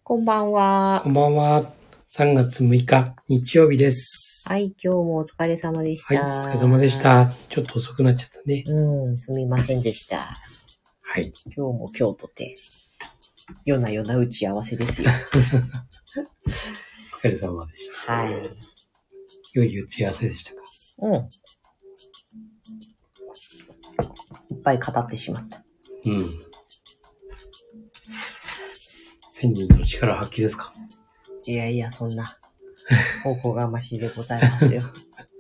こんばんは。 こんばんは。3月6日、日曜日です。 はい、今日もお疲れ様でした。 はい、お疲れ様でした。ちょっと遅くなっちゃったね。 すみませんでした。 はい。 今日も今日とて、夜な夜な打ち合わせですよ。 お疲れ様でした。 はい。 良い打ち合わせでしたか？ いっぱい語ってしまった。 1000人の力発揮ですか？ いやいや、そんな、おこがましいでございますよ。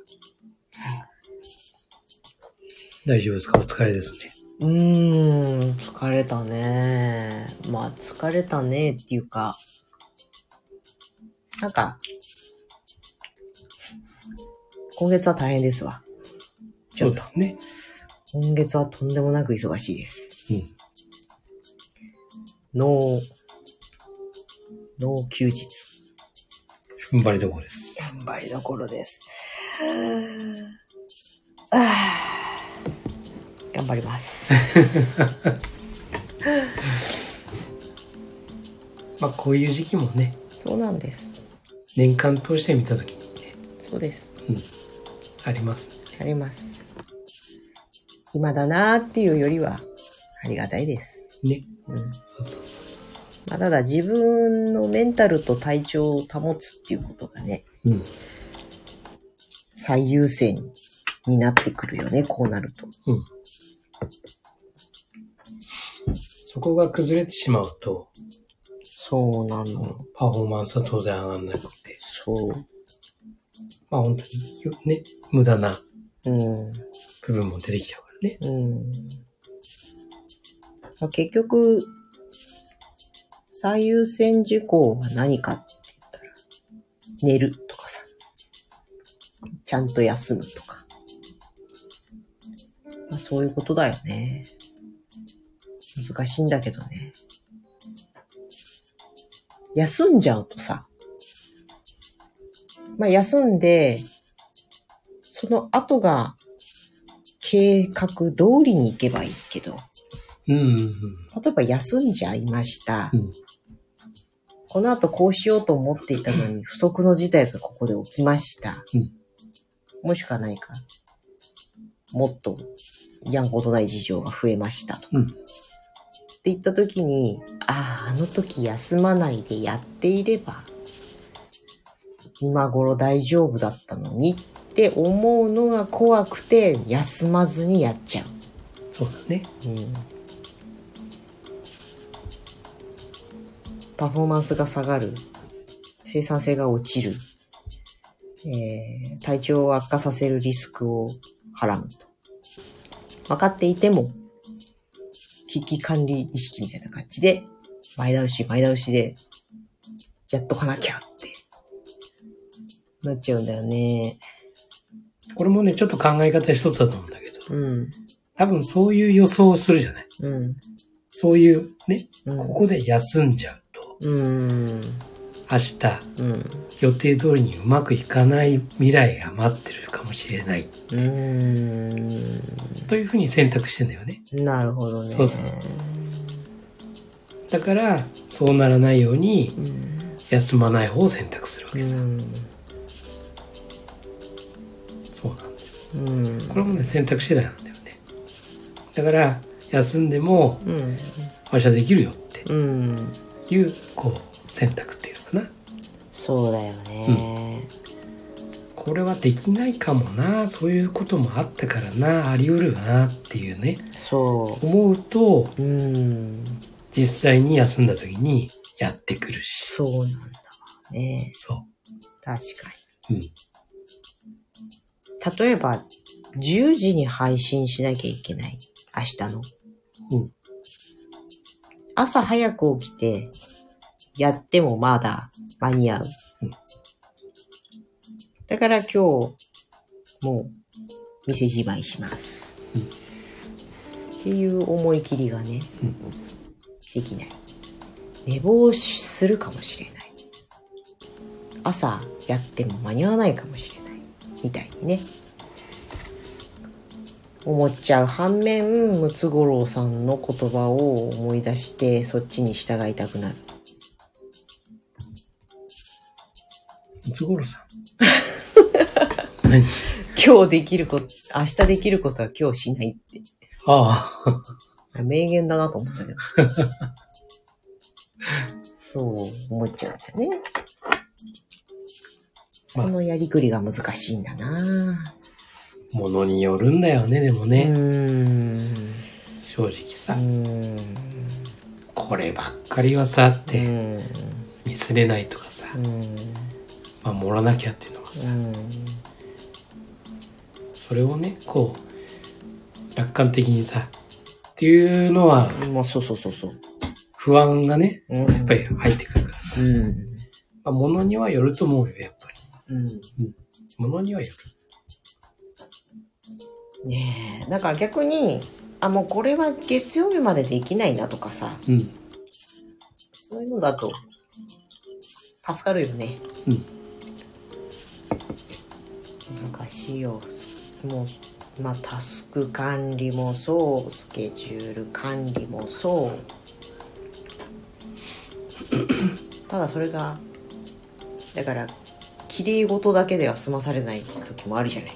大丈夫ですか？お疲れですね。 疲れたね。まあ、疲れたねっていうか、なんか、今月は大変ですわ。ちょっと。 そうですね。 今月はとんでもなく忙しいです。ノー休日。 踏ん張りどころです。 踏ん張りどころです。頑張ります。 まあこういう時期もね。 そうなんです。 年間通して見たときにね。 そうです。 あります、 ね。あります。今だなーっていうよりはありがたいです。 ね。 そう。まあ、ただ自分のメンタルと体調を保つっていうことがね、最優先になってくるよね、こうなると。 そこが崩れてしまうと、 そうなの。 パフォーマンスは当然上がらなくて。 そう。 まあ本当にね、無駄な部分も出てきちゃうからね。 まあ、結局、最優先事項は何かって言ったら、寝るとかさ、ちゃんと休むとか。まあそういうことだよね。難しいんだけどね。休んじゃうとさ、まあ休んで、その後が計画通りに行けばいいけど、例えば休んじゃいました。この後こうしようと思っていたのに不測の事態がここで起きました。もしくは何か、もっとやんことない事情が増えましたとか。って言った時に、あの時休まないでやっていれば、今頃大丈夫だったのにって思うのが怖くて休まずにやっちゃう。 そうだね。 パフォーマンスが下がる。生産性が落ちる。体調を悪化させるリスクをはらむと。分かっていても、危機管理意識みたいな感じで、前倒しで、やっとかなきゃってなっちゃうんだよね。 これもね、ちょっと考え方一つだと思うんだけど、多分そういう予想をするじゃない。そういうね、ここで休んじゃうと、明日、予定通りにうまくいかない未来が待ってるかもしれない。というふうに選択してんだよね。 なるほどね。 そう。だから、そうならないように、休まない方を選択するわけさ。そうなんです。これもね、選択次第なんだよね。だから、休んでも、明日できるよっていう、こう、選択っていうのかな。 そうだよね。 これはできないかもな、そういうこともあったからな、あり得るなっていうね。思うと、実際に休んだ時にやってくるし。 そうなんだわね。 そう。 確かに。例えば、10時に配信しなきゃいけない。明日の。朝早く起きて、やってもまだ間に合う。だから今日、もう、店じまいします。っていう思い切りがね、できない。寝坊するかもしれない。朝やっても間に合わないかもしれない。みたいにね。思っちゃう反面、ムツゴロウさんの言葉を思い出して、そっちに従いたくなる。 ムツゴロウさん。 何？今日できること、明日できることは今日しないって。 ああ。名言だなと思ったけど。そう思っちゃうんだよね。このやりくりが難しいんだな。 ものによるんだよね、でもね。正直さ。こればっかりはさって、ミスれないとかさ、守らなきゃっていうのがさ、それをね、こう、楽観的にさ、っていうのは、 まあ、そう。 不安がね、やっぱり入ってくるからさ。まあ、ものにはよると思うよ、やっぱり。ものにはよる。 ねえ、だから逆に、もうこれは月曜日までできないなとかさ、そういうのだと助かるよね。難しいよ。もうまあタスク管理もそう、スケジュール管理もそう。ただそれがだから綺麗事だけでは済まされない時もあるじゃない。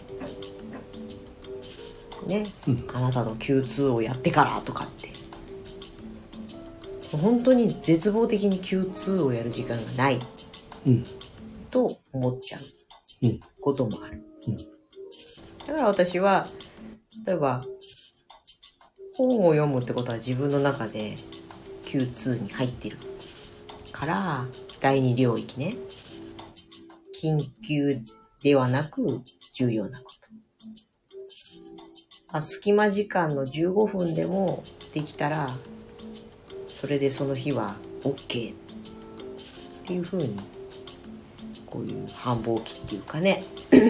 ね、あなたの Q2 をやってからとかって本当に絶望的に Q2 をやる時間がない、と思っちゃうこともある、だから私は例えば本を読むってことは自分の中で Q2 に入ってるから第二領域ね、緊急ではなく重要なこと、隙間時間の15分でもできたらそれでその日は OK っていう風にこういう繁忙期っていうかね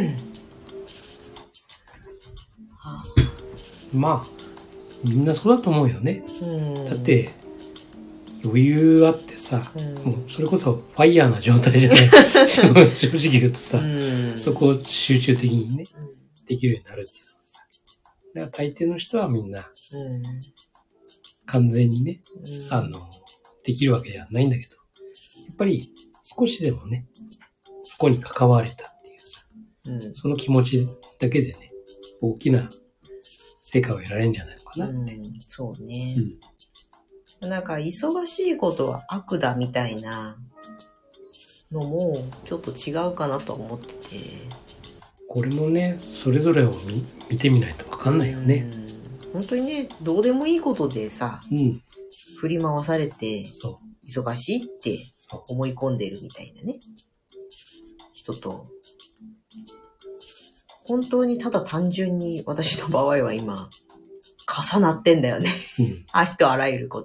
まあみんなそうだと思うよね。だって余裕あってさ、もうそれこそファイヤーな状態じゃない正直言うとさ、そこを集中的にね、できるようになるっていうのはさ、だから大抵の人はみんな完全にね、できるわけではないんだけど、やっぱり少しでもねそこに関われたっていうさ、その気持ちだけでね大きな成果を得られるんじゃないのかなって、 そうね、なんか忙しいことは悪だみたいなのもちょっと違うかなと思ってて、 これもねそれぞれを見てみないと分かんないよね。 本当にねどうでもいいことでさ、振り回されて忙しいって思い込んでるみたいなね人と、本当にただ単純に私の場合は今重なってんだよね、ありとあらゆること、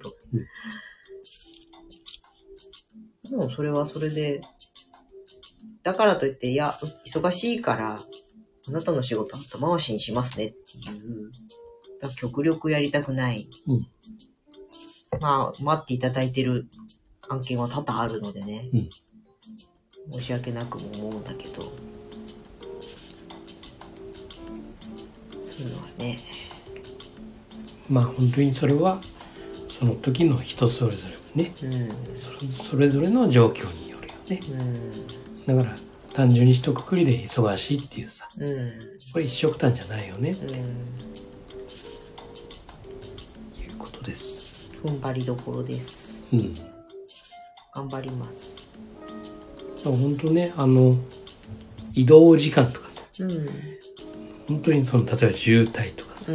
でもそれはそれでだからといっていや忙しいからあなたの仕事後回しにしますねっていう極力やりたくない、まあ待っていただいてる案件は多々あるのでね、申し訳なくも思うんだけど、そういうのはね、 まあ本当にそれはその時の人それぞれね、それぞれの状況によるよね、だから単純に一括りで忙しいっていうさ、これ一緒くたんじゃないよねって、いうことです。 踏ん張りどころです。頑張ります。 本当ね移動時間とかさ、本当にその例えば渋滞とかさ、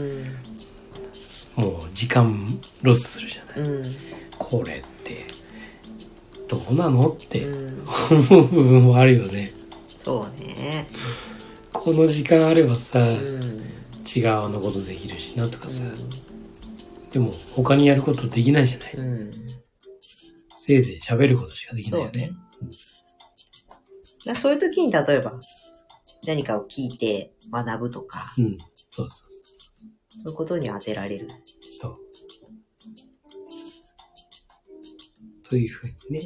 もう時間ロスするじゃない、これってどうなのって思う部分もあるよね。 そうね、 この時間あればさ、違うのことできるしなとかさ、でも他にやることできないじゃない、せいぜい喋ることしかできないよね。 そういう時に例えば何かを聞いて学ぶとか、 そういうことに当てられる。 そうというふうにね、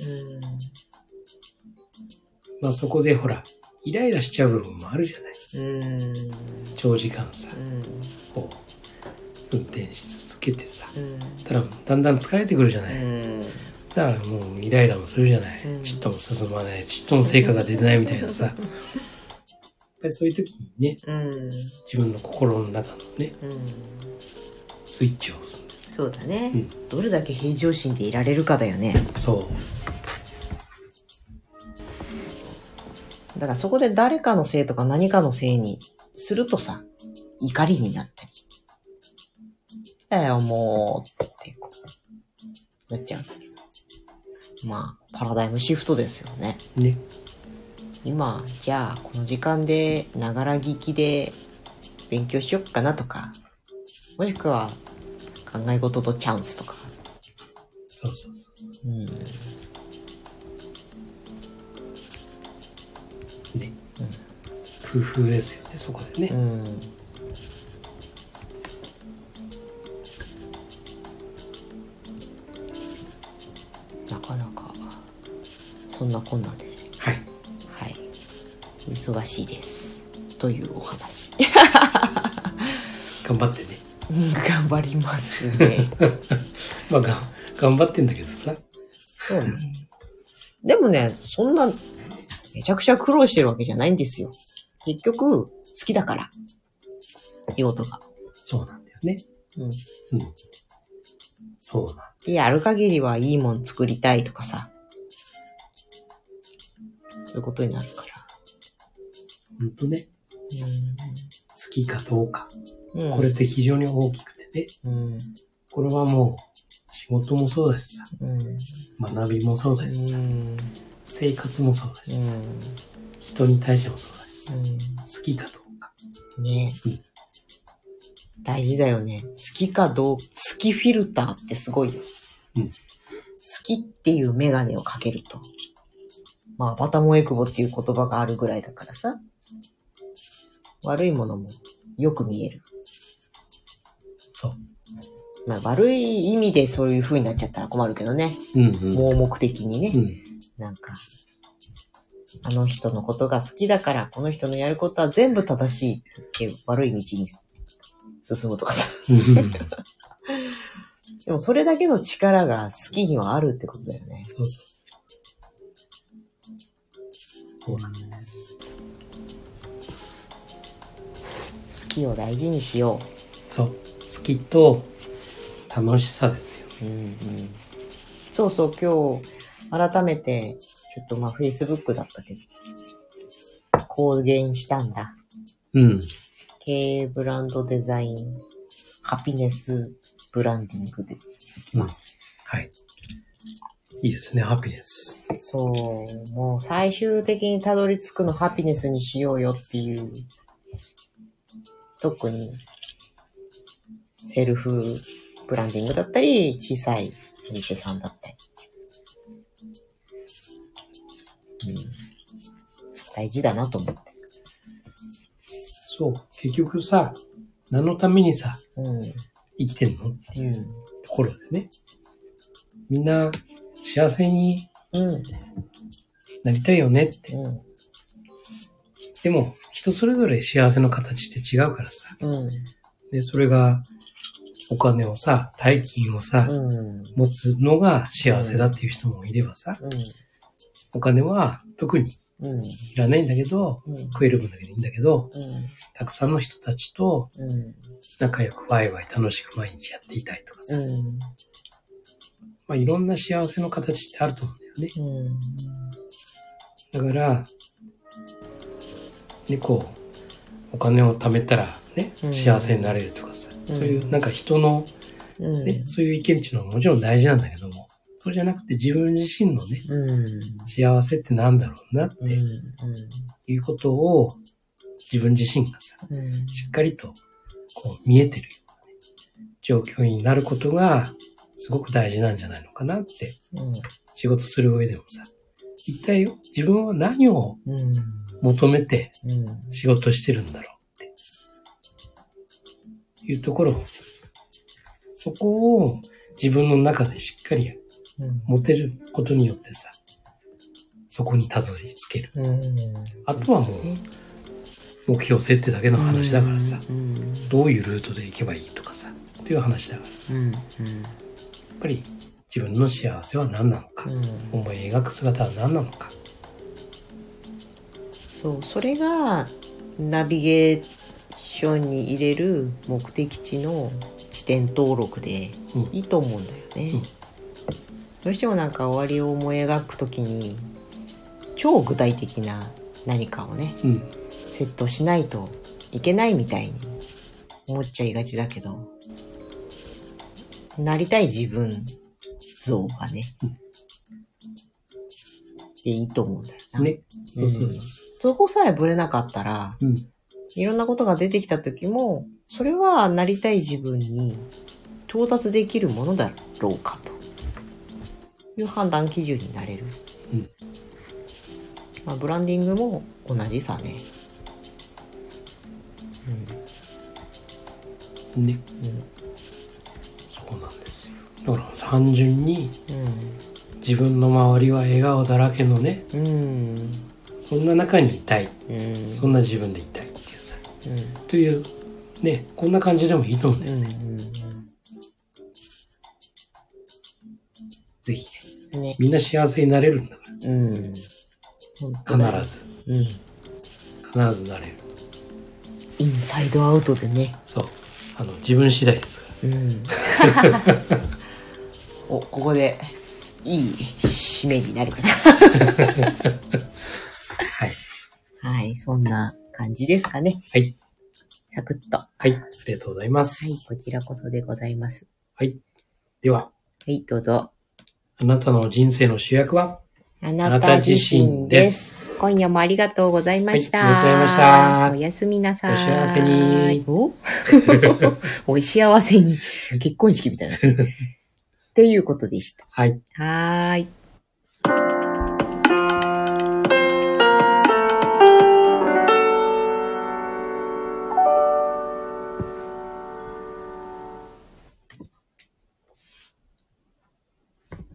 まあそこでほらイライラしちゃう部分もあるじゃない。長時間さ、こう運転し続けてさ、ただだんだん疲れてくるじゃない。 したらもうイライラもするじゃない。ちっとも進まない、ちっとも成果が出てないみたいなさ。やっぱりそういう時にね、自分の心の中のね、スイッチを押すんです。 そうだね、どれだけ平常心でいられるかだよね。 そうだからそこで誰かのせいとか何かのせいにするとさ、怒りになったり、だよもうってなっちゃうんだけど、まあパラダイムシフトですよね。今じゃあこの時間でながら聞きで勉強しよっかなとか、もしくは考え事とチャンスとか。 そうそうそう。ね、工夫ですよね、そこでね。 なかなかそんなこんなで、はい、忙しいですというお話。 頑張ってね。 頑張りますね。 まあ頑張ってんだけどさ。 そうね。でもね、そんなめちゃくちゃ苦労してるわけじゃないんですよ。結局好きだから仕事が。 そうなんだよね。そうなんだ。 で、やる限りはいいもん作りたいとかさ、そういうことになるから。 ほんとね。好きかどうか。これって非常に大きくてね。これはもう仕事もそうだしさ、学びもそうだしさ、生活もそうだしさ、人に対してもそうだしさ、好きかどうか。 ね、大事だよね。好きかどうか、好きフィルターってすごいよ。好きっていうメガネをかけると。まあ、バタモエクボっていう言葉があるぐらいだからさ。悪いものもよく見える。 そう。 まあ、悪い意味でそういう風になっちゃったら困るけどね。盲目的にね。なんか、あの人のことが好きだから、この人のやることは全部正しいって悪い道に進むとかさ。でもそれだけの力が好きにはあるってことだよね。 そうそう。そうなんです。 好きを大事にしよう。そう。好きと楽しさですよ。 そうそう、今日改めてちょっとまあ Facebook だったけど公言したんだ。経営ブランドデザインハピネスブランディングでいきます。 はい。いいですね、ハピネス。 そう、もう最終的にたどり着くのハピネスにしようよっていう、特にセルフブランディングだったり、小さいお店さんだったり。大事だなと思って。 そう、結局さ、何のためにさ、生きてんのっていうところでね。みんな幸せになりたいよねって。でも人それぞれ幸せの形って違うからさ。で、それがお金をさ、大金をさ、持つのが幸せだっていう人もいればさ、お金は特にいらないんだけど、食える分だけでいいんだけど、たくさんの人たちと仲良くワイワイ楽しく毎日やっていたいとかさ、まあ、いろんな幸せの形ってあると思うんだよね。だから、ね、こう、お金を貯めたらね、幸せになれるとかさ、そういうなんか人の、ね、そういう意見っていうのはもちろん大事なんだけども、そうじゃなくて自分自身のね、幸せってなんだろうなっていうことを自分自身がさ、しっかりとこう見えてるような、ね、状況になることがすごく大事なんじゃないのかなって、仕事する上でもさ、一体自分は何を求めて仕事してるんだろうっていうところを、そこを自分の中でしっかり持てることによってさ、そこにたどり着ける。あとはもう目標設定だけの話だからさ、どういうルートで行けばいいとかさっていう話だからさ、やっぱり自分の幸せは何なのか、思い描く姿は何なのか。 そう、それがナビゲーションに入れる目的地の地点登録でいいと思うんだよね。どうしてもなんか終わりを思い描くときに超具体的な何かをね、セットしないといけないみたいに思っちゃいがちだけど、なりたい自分像がね、でいいと思うんだよな。ね。そうそうそう。そこさえぶれなかったら、いろんなことが出てきた時も、それはなりたい自分に到達できるものだろうかという判断基準になれる。まあ、ブランディングも同じさね。 ね。そうなんですよ。だから単純に、自分の周りは笑顔だらけのね、そんな中にいたい、そんな自分でいたいっていうさ、というね、こんな感じでもいいと思うんだよね。ぜひね、みんな幸せになれるんだから、必ず、必ずなれる。 インサイドアウトでね。 そう、自分次第ですから。 お、ここでいい締めになるかな。 はい。 はい、そんな感じですかね。 はい。 サクッと。 はい、ありがとうございます。 はい、こちらこそでございます。 はい。では。 はい、どうぞ。 あなたの人生の主役はあなた自身です。今夜もありがとうございました。 はい、ありがとうございました。 おやすみなさい。 お幸せに。 お幸せに。結婚式みたいな。っていうことでした。 はい。 はーい。